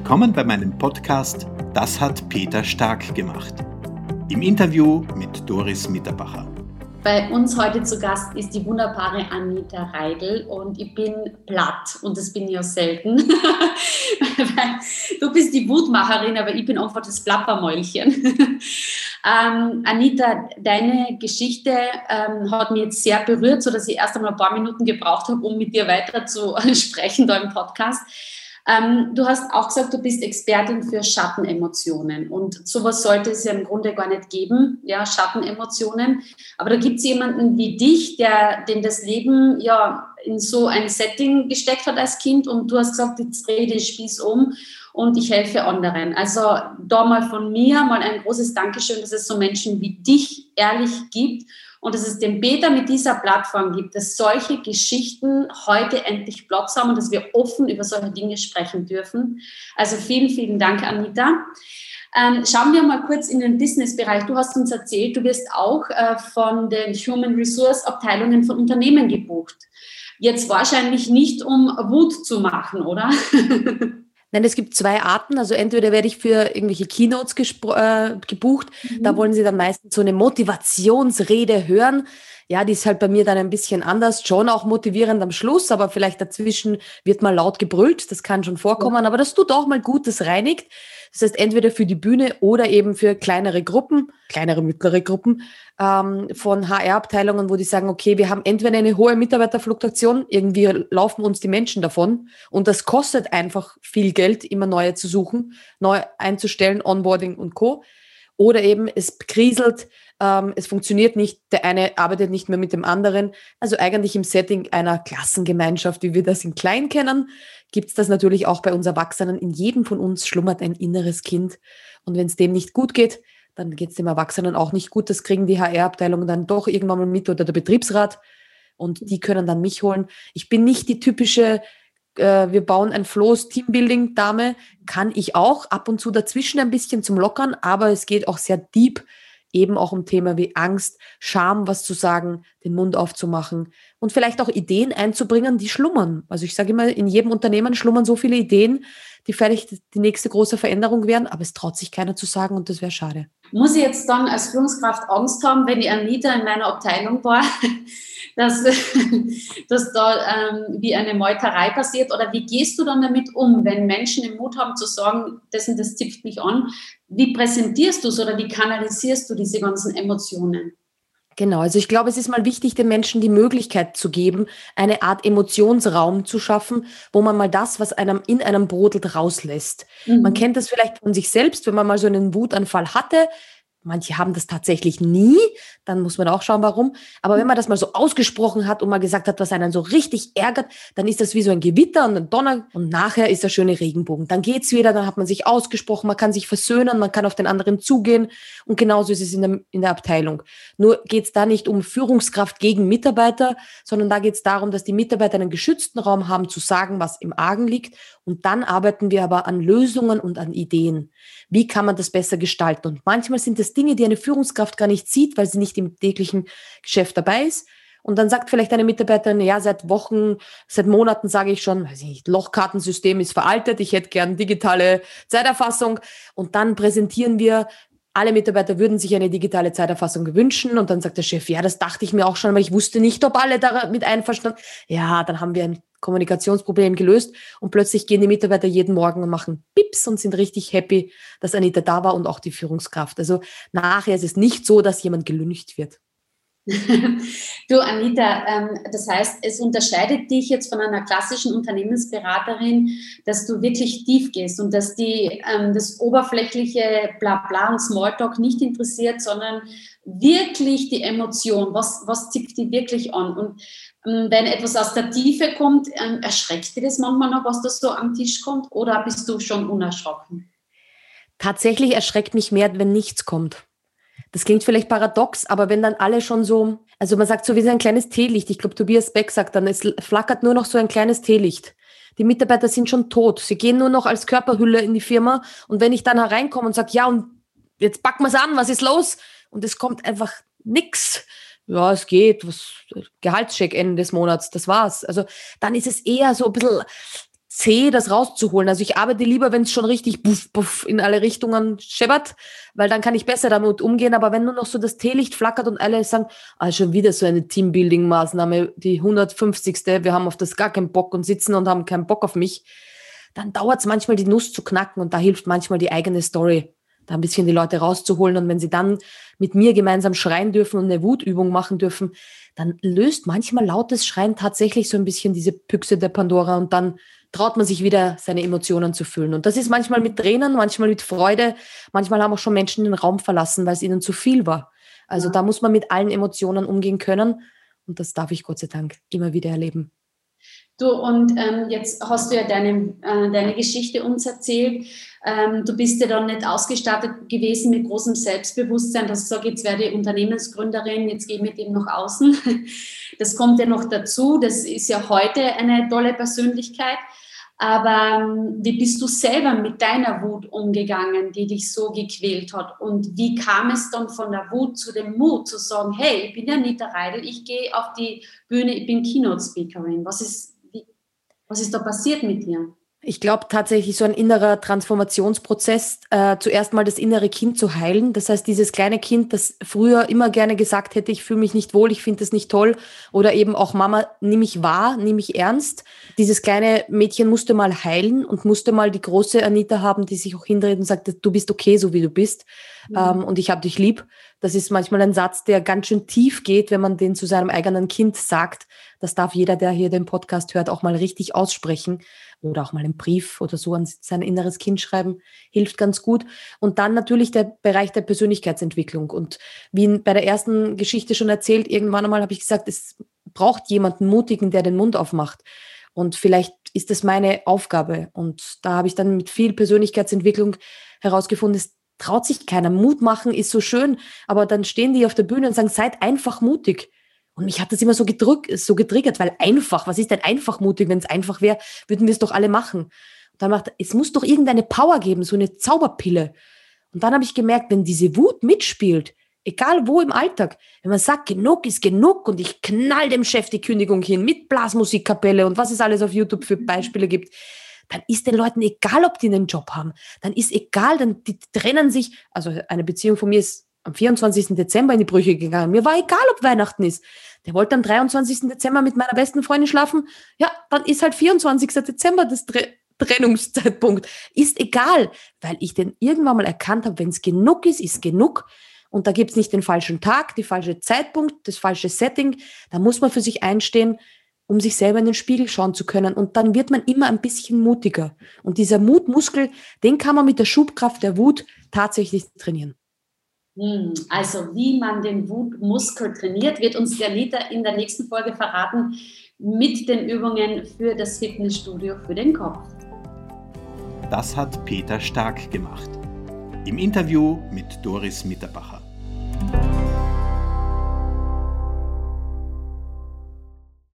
Willkommen bei meinem Podcast Das hat Peter Stark gemacht. Im Interview mit Doris Mitterbacher. Bei uns heute zu Gast ist die wunderbare Anita Reidl und ich bin platt und das bin ich ja selten. Du bist die Wutmacherin, aber ich bin einfach das Plappermäulchen. Anita, deine Geschichte hat mich jetzt sehr berührt, sodass ich erst einmal ein paar Minuten gebraucht habe, um mit dir weiter zu sprechen da im Podcast. Du hast auch gesagt, du bist Expertin für Schattenemotionen und sowas sollte es ja im Grunde gar nicht geben, ja, Schattenemotionen. Aber da gibt es jemanden wie dich, den das Leben ja in so ein Setting gesteckt hat als Kind und du hast gesagt, jetzt drehe ich den Spieß um und ich helfe anderen. Also da mal von mir mal ein großes Dankeschön, dass es so Menschen wie dich ehrlich gibt. Und dass es den Peter mit dieser Plattform gibt, dass solche Geschichten heute endlich Platz haben und dass wir offen über solche Dinge sprechen dürfen. Also vielen, vielen Dank, Anita. Schauen wir mal kurz in den Businessbereich. Du hast uns erzählt, du wirst auch von den Human Resource Abteilungen von Unternehmen gebucht. Jetzt wahrscheinlich nicht, um Wut zu machen, oder? Nein, es gibt zwei Arten. Also entweder werde ich für irgendwelche Keynotes gebucht. Da wollen sie dann meistens so eine Motivationsrede hören. Ja, die ist halt bei mir dann ein bisschen anders. Schon auch motivierend am Schluss, aber vielleicht dazwischen wird mal laut gebrüllt. Das kann schon vorkommen, aber das tut auch mal gut, das reinigt. Das heißt, entweder für die Bühne oder eben für kleinere Gruppen, mittlere Gruppen von HR-Abteilungen, wo die sagen, okay, wir haben entweder eine hohe Mitarbeiterfluktuation, irgendwie laufen uns die Menschen davon und das kostet einfach viel Geld, immer neue zu suchen, neu einzustellen, Onboarding und Co. Oder eben es kriselt, es funktioniert nicht, der eine arbeitet nicht mehr mit dem anderen. Also eigentlich im Setting einer Klassengemeinschaft, wie wir das in klein kennen, gibt es das natürlich auch bei uns Erwachsenen. In jedem von uns schlummert ein inneres Kind. Und wenn es dem nicht gut geht, dann geht es dem Erwachsenen auch nicht gut. Das kriegen die HR-Abteilungen dann doch irgendwann mal mit oder der Betriebsrat. Und die können dann mich holen. Ich bin nicht die typische wir bauen ein Flows Teambuilding-Dame, kann ich auch ab und zu dazwischen ein bisschen zum Lockern, aber es geht auch sehr deep, eben auch um Themen wie Angst, Scham, was zu sagen, den Mund aufzumachen und vielleicht auch Ideen einzubringen, die schlummern. Also ich sage immer, in jedem Unternehmen schlummern so viele Ideen, die vielleicht die nächste große Veränderung wären, aber es traut sich keiner zu sagen und das wäre schade. Muss ich jetzt dann als Führungskraft Angst haben, wenn die Anita in meiner Abteilung war, dass da wie eine Meuterei passiert? Oder wie gehst du dann damit um, wenn Menschen den Mut haben zu sagen, das und das zipft mich an? Wie präsentierst du es oder wie kanalisierst du diese ganzen Emotionen? Genau, also ich glaube, es ist mal wichtig, den Menschen die Möglichkeit zu geben, eine Art Emotionsraum zu schaffen, wo man mal das, was einem in einem brodelt, rauslässt. Man kennt das vielleicht von sich selbst, wenn man mal so einen Wutanfall hatte. Manche haben das tatsächlich nie, dann muss man auch schauen, warum. Aber wenn man das mal so ausgesprochen hat und mal gesagt hat, was einen so richtig ärgert, dann ist das wie so ein Gewitter und ein Donner und nachher ist der schöne Regenbogen. Dann geht's wieder, dann hat man sich ausgesprochen, man kann sich versöhnen, man kann auf den anderen zugehen und genauso ist es in der Abteilung. Nur geht's da nicht um Führungskraft gegen Mitarbeiter, sondern da geht's darum, dass die Mitarbeiter einen geschützten Raum haben, zu sagen, was im Argen liegt und dann arbeiten wir aber an Lösungen und an Ideen. Wie kann man das besser gestalten? Und manchmal sind das Dinge, die eine Führungskraft gar nicht sieht, weil sie nicht im täglichen Geschäft dabei ist. Und dann sagt vielleicht eine Mitarbeiterin, ja, seit Wochen, seit Monaten sage ich schon, weiß ich nicht, Lochkartensystem ist veraltet, ich hätte gern digitale Zeiterfassung. Und dann präsentieren wir, alle Mitarbeiter würden sich eine digitale Zeiterfassung wünschen. Und dann sagt der Chef, ja, das dachte ich mir auch schon, aber ich wusste nicht, ob alle damit einverstanden. Ja, dann haben wir ein Kommunikationsproblem gelöst und plötzlich gehen die Mitarbeiter jeden Morgen und machen Pips und sind richtig happy, dass Anita da war und auch die Führungskraft. Also nachher ist es nicht so, dass jemand gelüncht wird. Du, Anita, das heißt, es unterscheidet dich jetzt von einer klassischen Unternehmensberaterin, dass du wirklich tief gehst und dass die das oberflächliche Blabla und Smalltalk nicht interessiert, sondern wirklich die Emotion, was zieht die wirklich an? Und wenn etwas aus der Tiefe kommt, erschreckt dir das manchmal noch, was da so am Tisch kommt, oder bist du schon unerschrocken? Tatsächlich erschreckt mich mehr, wenn nichts kommt. Das klingt vielleicht paradox, aber wenn dann alle schon so, also man sagt so wie so ein kleines Teelicht, ich glaube Tobias Beck sagt dann, es flackert nur noch so ein kleines Teelicht. Die Mitarbeiter sind schon tot, sie gehen nur noch als Körperhülle in die Firma und wenn ich dann hereinkomme und sage, ja und jetzt packen wir es an, was ist los? Und es kommt einfach nix. Ja, es geht, Gehaltscheck Ende des Monats, das war's. Also dann ist es eher so ein bisschen zäh, das rauszuholen. Also ich arbeite lieber, wenn es schon richtig buff, buff in alle Richtungen scheppert, weil dann kann ich besser damit umgehen. Aber wenn nur noch so das Teelicht flackert und alle sagen, schon wieder so eine Teambuilding-Maßnahme, die 150. Wir haben auf das gar keinen Bock und sitzen und haben keinen Bock auf mich, dann dauert es manchmal, die Nuss zu knacken und da hilft manchmal die eigene Story, da ein bisschen die Leute rauszuholen. Und wenn sie dann mit mir gemeinsam schreien dürfen und eine Wutübung machen dürfen, dann löst manchmal lautes Schreien tatsächlich so ein bisschen diese Büchse der Pandora und dann traut man sich wieder, seine Emotionen zu fühlen. Und das ist manchmal mit Tränen, manchmal mit Freude, manchmal haben auch schon Menschen den Raum verlassen, weil es ihnen zu viel war. Also da muss man mit allen Emotionen umgehen können und das darf ich Gott sei Dank immer wieder erleben. Du, und jetzt hast du ja deine Geschichte uns erzählt. Du bist ja dann nicht ausgestattet gewesen mit großem Selbstbewusstsein, dass du sagst, jetzt werde ich Unternehmensgründerin, jetzt gehe ich mit dem nach außen. Das kommt ja noch dazu. Das ist ja heute eine tolle Persönlichkeit. Aber wie bist du selber mit deiner Wut umgegangen, die dich so gequält hat? Und wie kam es dann von der Wut zu dem Mut, zu sagen, hey, ich bin ja Anita Reidl, ich gehe auf die Bühne, ich bin Keynote-Speakerin. Was ist da passiert mit dir? Ich glaube tatsächlich so ein innerer Transformationsprozess, zuerst mal das innere Kind zu heilen. Das heißt, dieses kleine Kind, das früher immer gerne gesagt hätte, ich fühle mich nicht wohl, ich finde das nicht toll oder eben auch Mama, nimm mich wahr, nimm mich ernst. Dieses kleine Mädchen musste mal heilen und musste mal die große Anita haben, die sich auch hindreht und sagt, du bist okay, so wie du bist und ich habe dich lieb. Das ist manchmal ein Satz, der ganz schön tief geht, wenn man den zu seinem eigenen Kind sagt. Das darf jeder, der hier den Podcast hört, auch mal richtig aussprechen oder auch mal einen Brief oder so an sein inneres Kind schreiben, hilft ganz gut. Und dann natürlich der Bereich der Persönlichkeitsentwicklung. Und wie bei der ersten Geschichte schon erzählt, irgendwann einmal habe ich gesagt, es braucht jemanden Mutigen, der den Mund aufmacht. Und vielleicht ist das meine Aufgabe. Und da habe ich dann mit viel Persönlichkeitsentwicklung herausgefunden, es traut sich keiner. Mut machen ist so schön, aber dann stehen die auf der Bühne und sagen, seid einfach mutig. Und mich hat das immer so getriggert, weil einfach, was ist denn einfach mutig? Wenn es einfach wäre, würden wir es doch alle machen. Und dann macht, es muss doch irgendeine Power geben, so eine Zauberpille. Und dann habe ich gemerkt, wenn diese Wut mitspielt, egal wo im Alltag, wenn man sagt, genug ist genug und ich knall dem Chef die Kündigung hin mit Blasmusikkapelle und was es alles auf YouTube für Beispiele gibt, dann ist den Leuten egal, ob die einen Job haben. Dann ist egal, dann die trennen sich. Also eine Beziehung von mir ist am 24. Dezember in die Brüche gegangen. Mir war egal, ob Weihnachten ist. Der wollte am 23. Dezember mit meiner besten Freundin schlafen. Ja, dann ist halt 24. Dezember das Trennungszeitpunkt. Ist egal, weil ich den irgendwann mal erkannt habe, wenn es genug ist genug. Und da gibt es nicht den falschen Tag, die falsche Zeitpunkt, das falsche Setting. Da muss man für sich einstehen, um sich selber in den Spiegel schauen zu können. Und dann wird man immer ein bisschen mutiger. Und dieser Mutmuskel, den kann man mit der Schubkraft der Wut tatsächlich trainieren. Also wie man den Wutmuskel trainiert, wird uns die Anita in der nächsten Folge verraten mit den Übungen für das Fitnessstudio für den Kopf. Das hat Peter Stark gemacht. Im Interview mit Doris Mitterbacher.